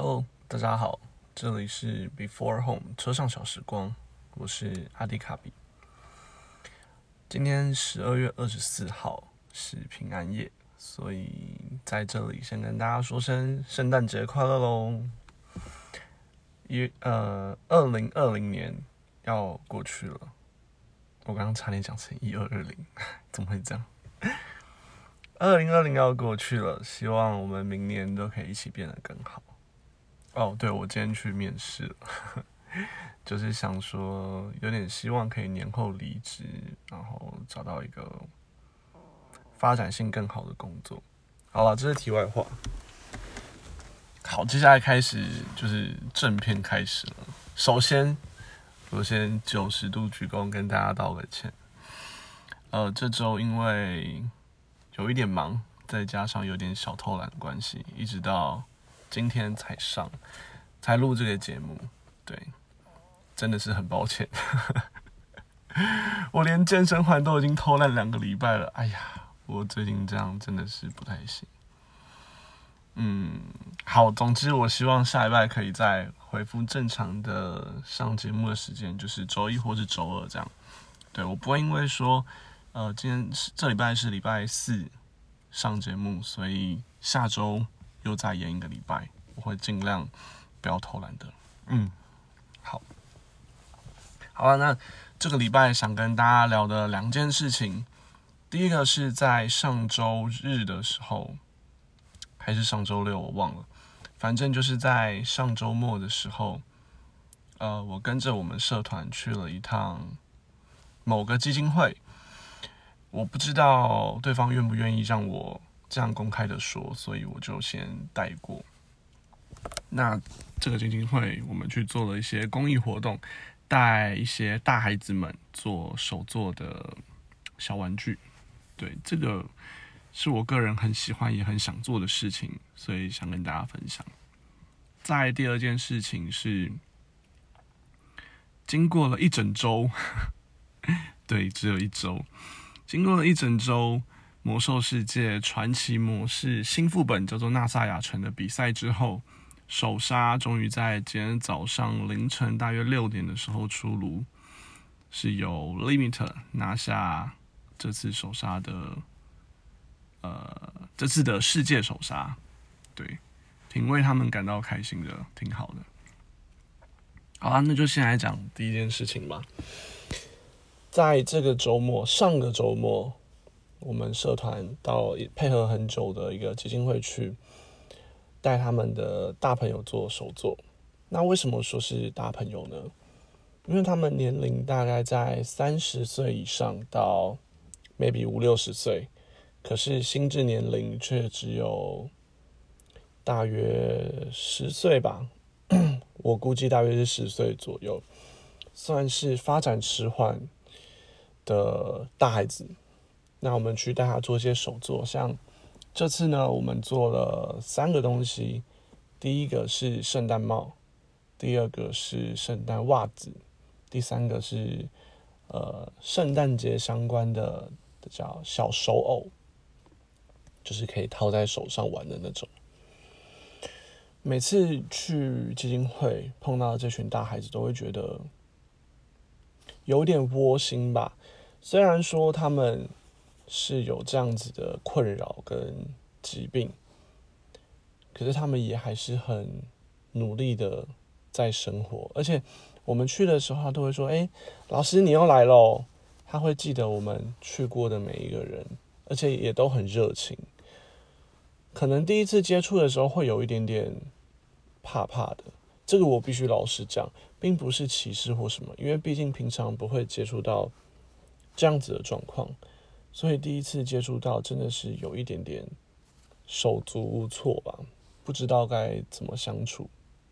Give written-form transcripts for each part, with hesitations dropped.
Hello，大家好，这里是 Before Home 车上小时光，我是阿迪卡比。今天12月24号是平安夜，所以在这里先跟大家说声圣诞节快乐喽！2020年要过去了，我刚刚差点讲成1220，怎么会这样？2020要过去了，希望我们明年都可以一起变得更好。对，我今天去面试了，就是想说有点希望可以年后离职，然后找到一个发展性更好的工作。好了，这是题外话。好，接下来开始就是正片开始了。首先90度鞠躬跟大家道个歉。这周因为有一点忙，再加上有点小偷懒的关系，一直到今天才录这个节目，对，真的是很抱歉。我连健身环都已经偷懒2个礼拜了，哎呀，我最近这样真的是不太行。好，总之我希望下礼拜可以再恢复正常的上节目的时间，就是周一或是周二这样。对，我不会因为说，这礼拜是礼拜4上节目，所以下周又再延1个礼拜，我会尽量不要偷懒的。好了，那这个礼拜想跟大家聊的2件事情，第一个是在上周日的时候，还是上周六我忘了，反正就是在上周末的时候，我跟着我们社团去了一趟某个基金会，我不知道对方愿不愿意让我这样公开的说，所以我就先带过。那这个基金会我们去做了一些公益活动，带一些大孩子们做手做的小玩具。对，这个是我个人很喜欢也很想做的事情，所以想跟大家分享。再第二件事情是，经过了一整周，对，只有1周，经过了一整周魔兽世界传奇模式新副本叫做纳萨亚城的比赛之后，首杀终于在今天早上凌晨大约6点的时候出炉，是由 Limit 拿下这次首杀的这次的世界首杀，对，挺为他们感到开心的，挺好的。好啦，那就先来讲第一件事情吧。在这个周末，上个周末，我们社团到配合很久的一个基金会去带他们的大朋友做手作。那为什么说是大朋友呢？因为他们年龄大概在30岁以上到 maybe 50-60岁，可是心智年龄却只有大约10岁吧，我估计大约是10岁左右，算是发展迟缓的大孩子。那我们去带他做一些手作，像这次呢，我们做了3个东西，第一个是圣诞帽，第二个是圣诞袜子，第3个是圣诞节相关的叫小手偶，就是可以套在手上玩的那种。每次去基金会碰到这群大孩子，都会觉得有点窝心吧。虽然说他们是有这样子的困扰跟疾病，可是他们也还是很努力的在生活。而且我们去的时候，他都会说：“老师你又来咯。”他会记得我们去过的每一个人，而且也都很热情。可能第一次接触的时候会有一点点怕怕的，这个我必须老实讲，并不是歧视或什么，因为毕竟平常不会接触到这样子的状况，所以第一次接触到真的是有一点点手足无措吧，不知道该怎么相处。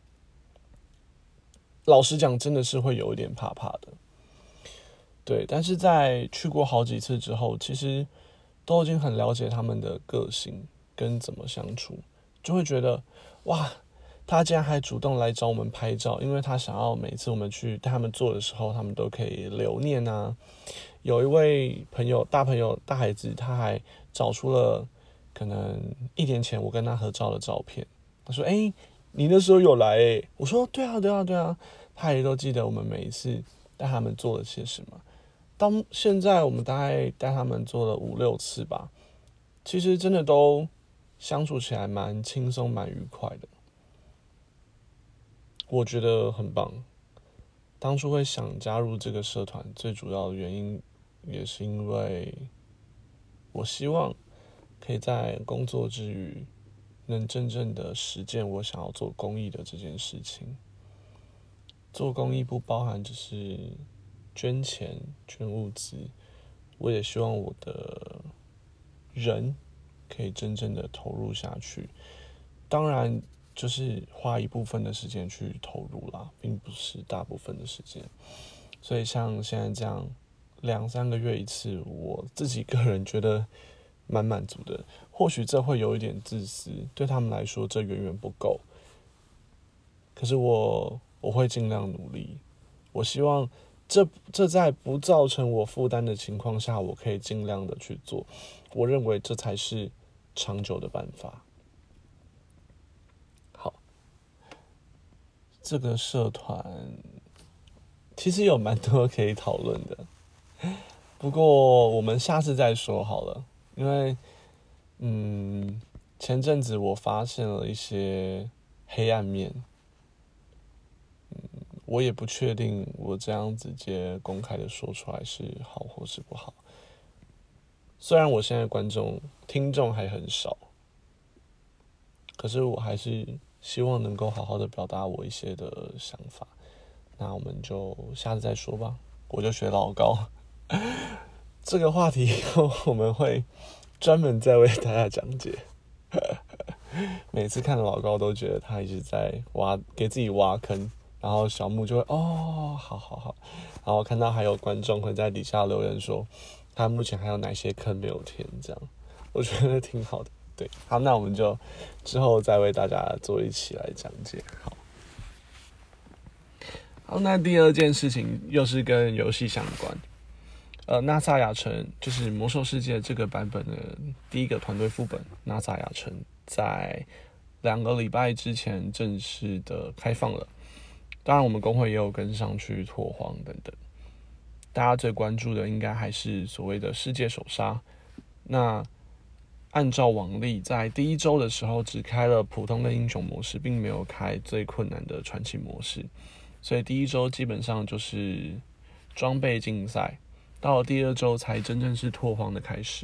老实讲，真的是会有一点怕怕的。对，但是在去过好几次之后，其实都已经很了解他们的个性跟怎么相处，就会觉得哇，他竟然还主动来找我们拍照，因为他想要每次我们去带他们做的时候，他们都可以留念啊。有一位大朋友大孩子，他还找出了可能1年前我跟他合照的照片，他说你那时候有来我说对啊，他也都记得我们每一次带他们做了些什么。到现在我们大概带他们做了5-6次吧，其实真的都相处起来蛮轻松蛮愉快的，我觉得很棒。当初会想加入这个社团，最主要的原因也是因为我希望可以在工作之余能真正的实践我想要做公益的这件事情。做公益不包含只是捐钱捐物资，我也希望我的人可以真正的投入下去，当然就是花一部分的时间去投入啦，并不是大部分的时间。所以像现在这样2-3个月一次，我自己个人觉得蛮满足的。或许这会有一点自私，对他们来说这远远不够，可是我会尽量努力。我希望这在不造成我负担的情况下，我可以尽量的去做。我认为这才是长久的办法。好，这个社团其实有蛮多可以讨论的，不过我们下次再说好了。因为前阵子我发现了一些黑暗面，我也不确定我这样直接公开的说出来是好或是不好。虽然我现在听众还很少，可是我还是希望能够好好的表达我一些的想法。那我们就下次再说吧。我就学老高，这个话题以后我们会专门再为大家讲解。每次看老高都觉得他一直在给自己挖坑，然后小木就会好，然后看到还有观众会在底下留言说他目前还有哪些坑没有填，这样我觉得挺好的。对，好，那我们就之后再为大家做一起来讲解。好，那第二件事情又是跟游戏相关。纳萨亚城就是魔兽世界这个版本的第一个团队副本，纳萨亚城在2个礼拜之前正式的开放了。当然，我们工会也有跟上去拓荒等等。大家最关注的应该还是所谓的世界首杀。那按照往例，在第1周的时候只开了普通的英雄模式，并没有开最困难的传奇模式，所以第1周基本上就是装备竞赛。到了第2周才真正是拓荒的开始。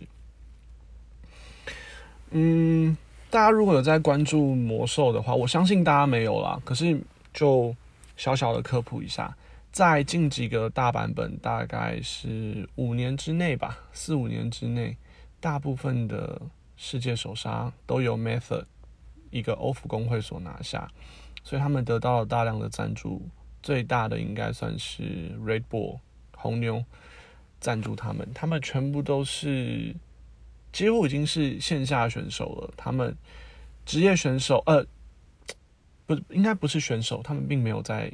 大家如果有在关注魔兽的话，我相信大家没有啦。可是就小小的科普一下，在近几个大版本，大概是5年之内吧，4-5年之内，大部分的世界首杀都由 Method 一个欧服工会所拿下，所以他们得到了大量的赞助，最大的应该算是 Red Bull 红牛赞助他们，他们全部都是几乎已经是线下选手了。他们职业选手，应该不是选手，他们并没有在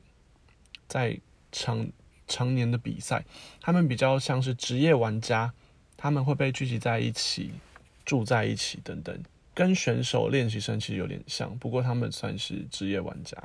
常年的比赛，他们比较像是职业玩家，他们会被聚集在一起，住在一起等等，跟选手练习生其实有点像，不过他们算是职业玩家。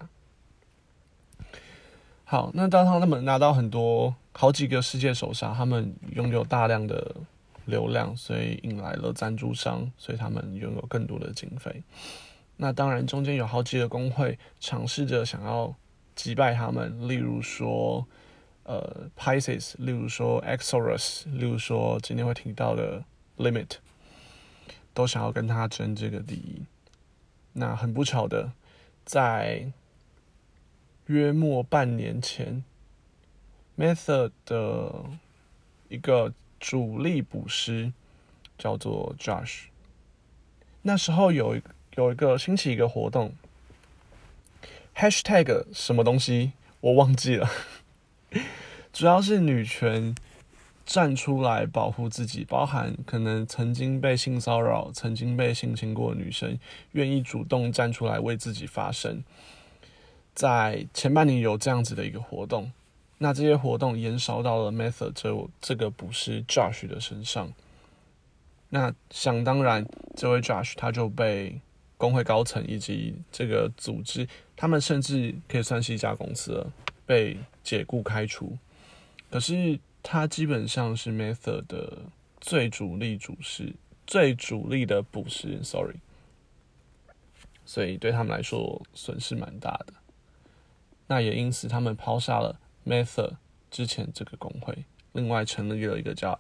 好，那当他们拿到好几个世界首杀，他们拥有大量的流量，所以引来了赞助商，所以他们拥有更多的经费。那当然中间有好几个工会尝试着想要击败他们，例如说Pisces， 例如说 Exorus， 例如说今天会提到的 Limit， 都想要跟他争这个第一。那很不巧的，在约莫半年前 Method 的一个主力捕师叫做 Josh， 那时候有一个兴起一个活动 hashtag 什么东西我忘记了主要是女权站出来保护自己，包含可能曾经被性骚扰、曾经被性侵过的女生，愿意主动站出来为自己发声。在前半年有这样子的一个活动，那这些活动延烧到了 Method 这个捕师 Josh 的身上。那想当然，这位 Josh 他就被工会高层以及这个组织，他们甚至可以算是一家公司了，被解雇开除。可是它基本上是 Method 的最主力的捕食人 ，sorry， 所以对他们来说损失蛮大的。那也因此他们抛下了 Method 之前这个工会，另外成立了一个叫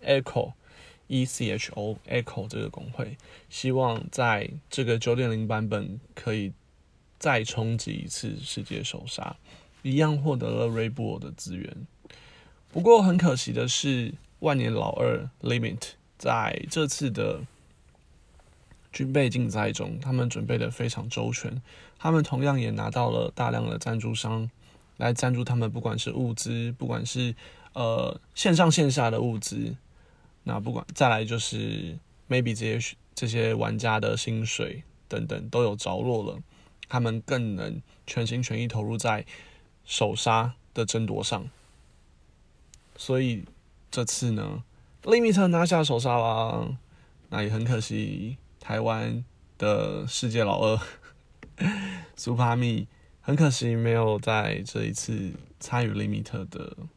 Echo 这个工会，希望在这个 9.0 版本可以再冲击一次世界首杀，一样获得了 Red Bull 的资源。不过很可惜的是，万年老二 Limit 在这次的军备竞赛中，他们准备的非常周全，他们同样也拿到了大量的赞助商来赞助他们，不管是物资，不管是线上线下的物资，那不管再来就是 maybe 这些玩家的薪水等等都有着落了，他们更能全心全意投入在首杀的争夺上。所以这次呢 ，Limit 拿下首杀啦，那也很可惜，台湾的世界老二Super Me 很可惜没有在这一次参与 Limit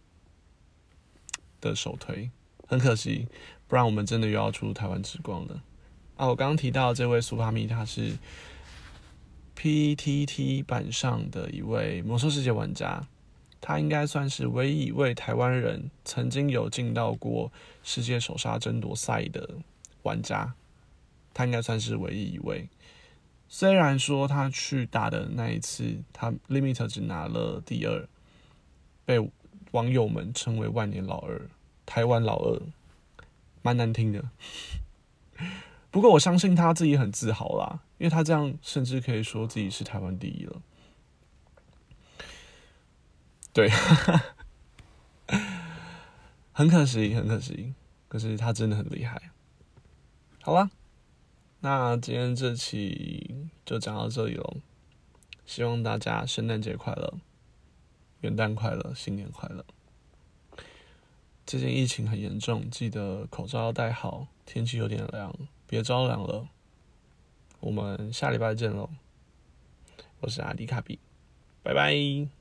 的首推，很可惜，不然我们真的又要出台湾之光了。我刚刚提到这位 Super Me， 他是 PTT 版上的一位魔兽世界玩家。他应该算是唯一一位台湾人曾经有进到过世界首杀争夺赛的玩家，他应该算是唯一一位。虽然说他去打的那一次，他 Limit 只拿了第2，被网友们称为万年老二、台湾老二，蛮难听的。不过我相信他自己很自豪啦，因为他这样甚至可以说自己是台湾第一了。对，很可惜，可是他真的很厉害。好啦，那今天这期就讲到这里咯，希望大家圣诞节快乐、元旦快乐、新年快乐。最近疫情很严重，记得口罩要戴好，天气有点凉，别着凉了。我们下礼拜见咯，我是阿迪卡比，拜拜。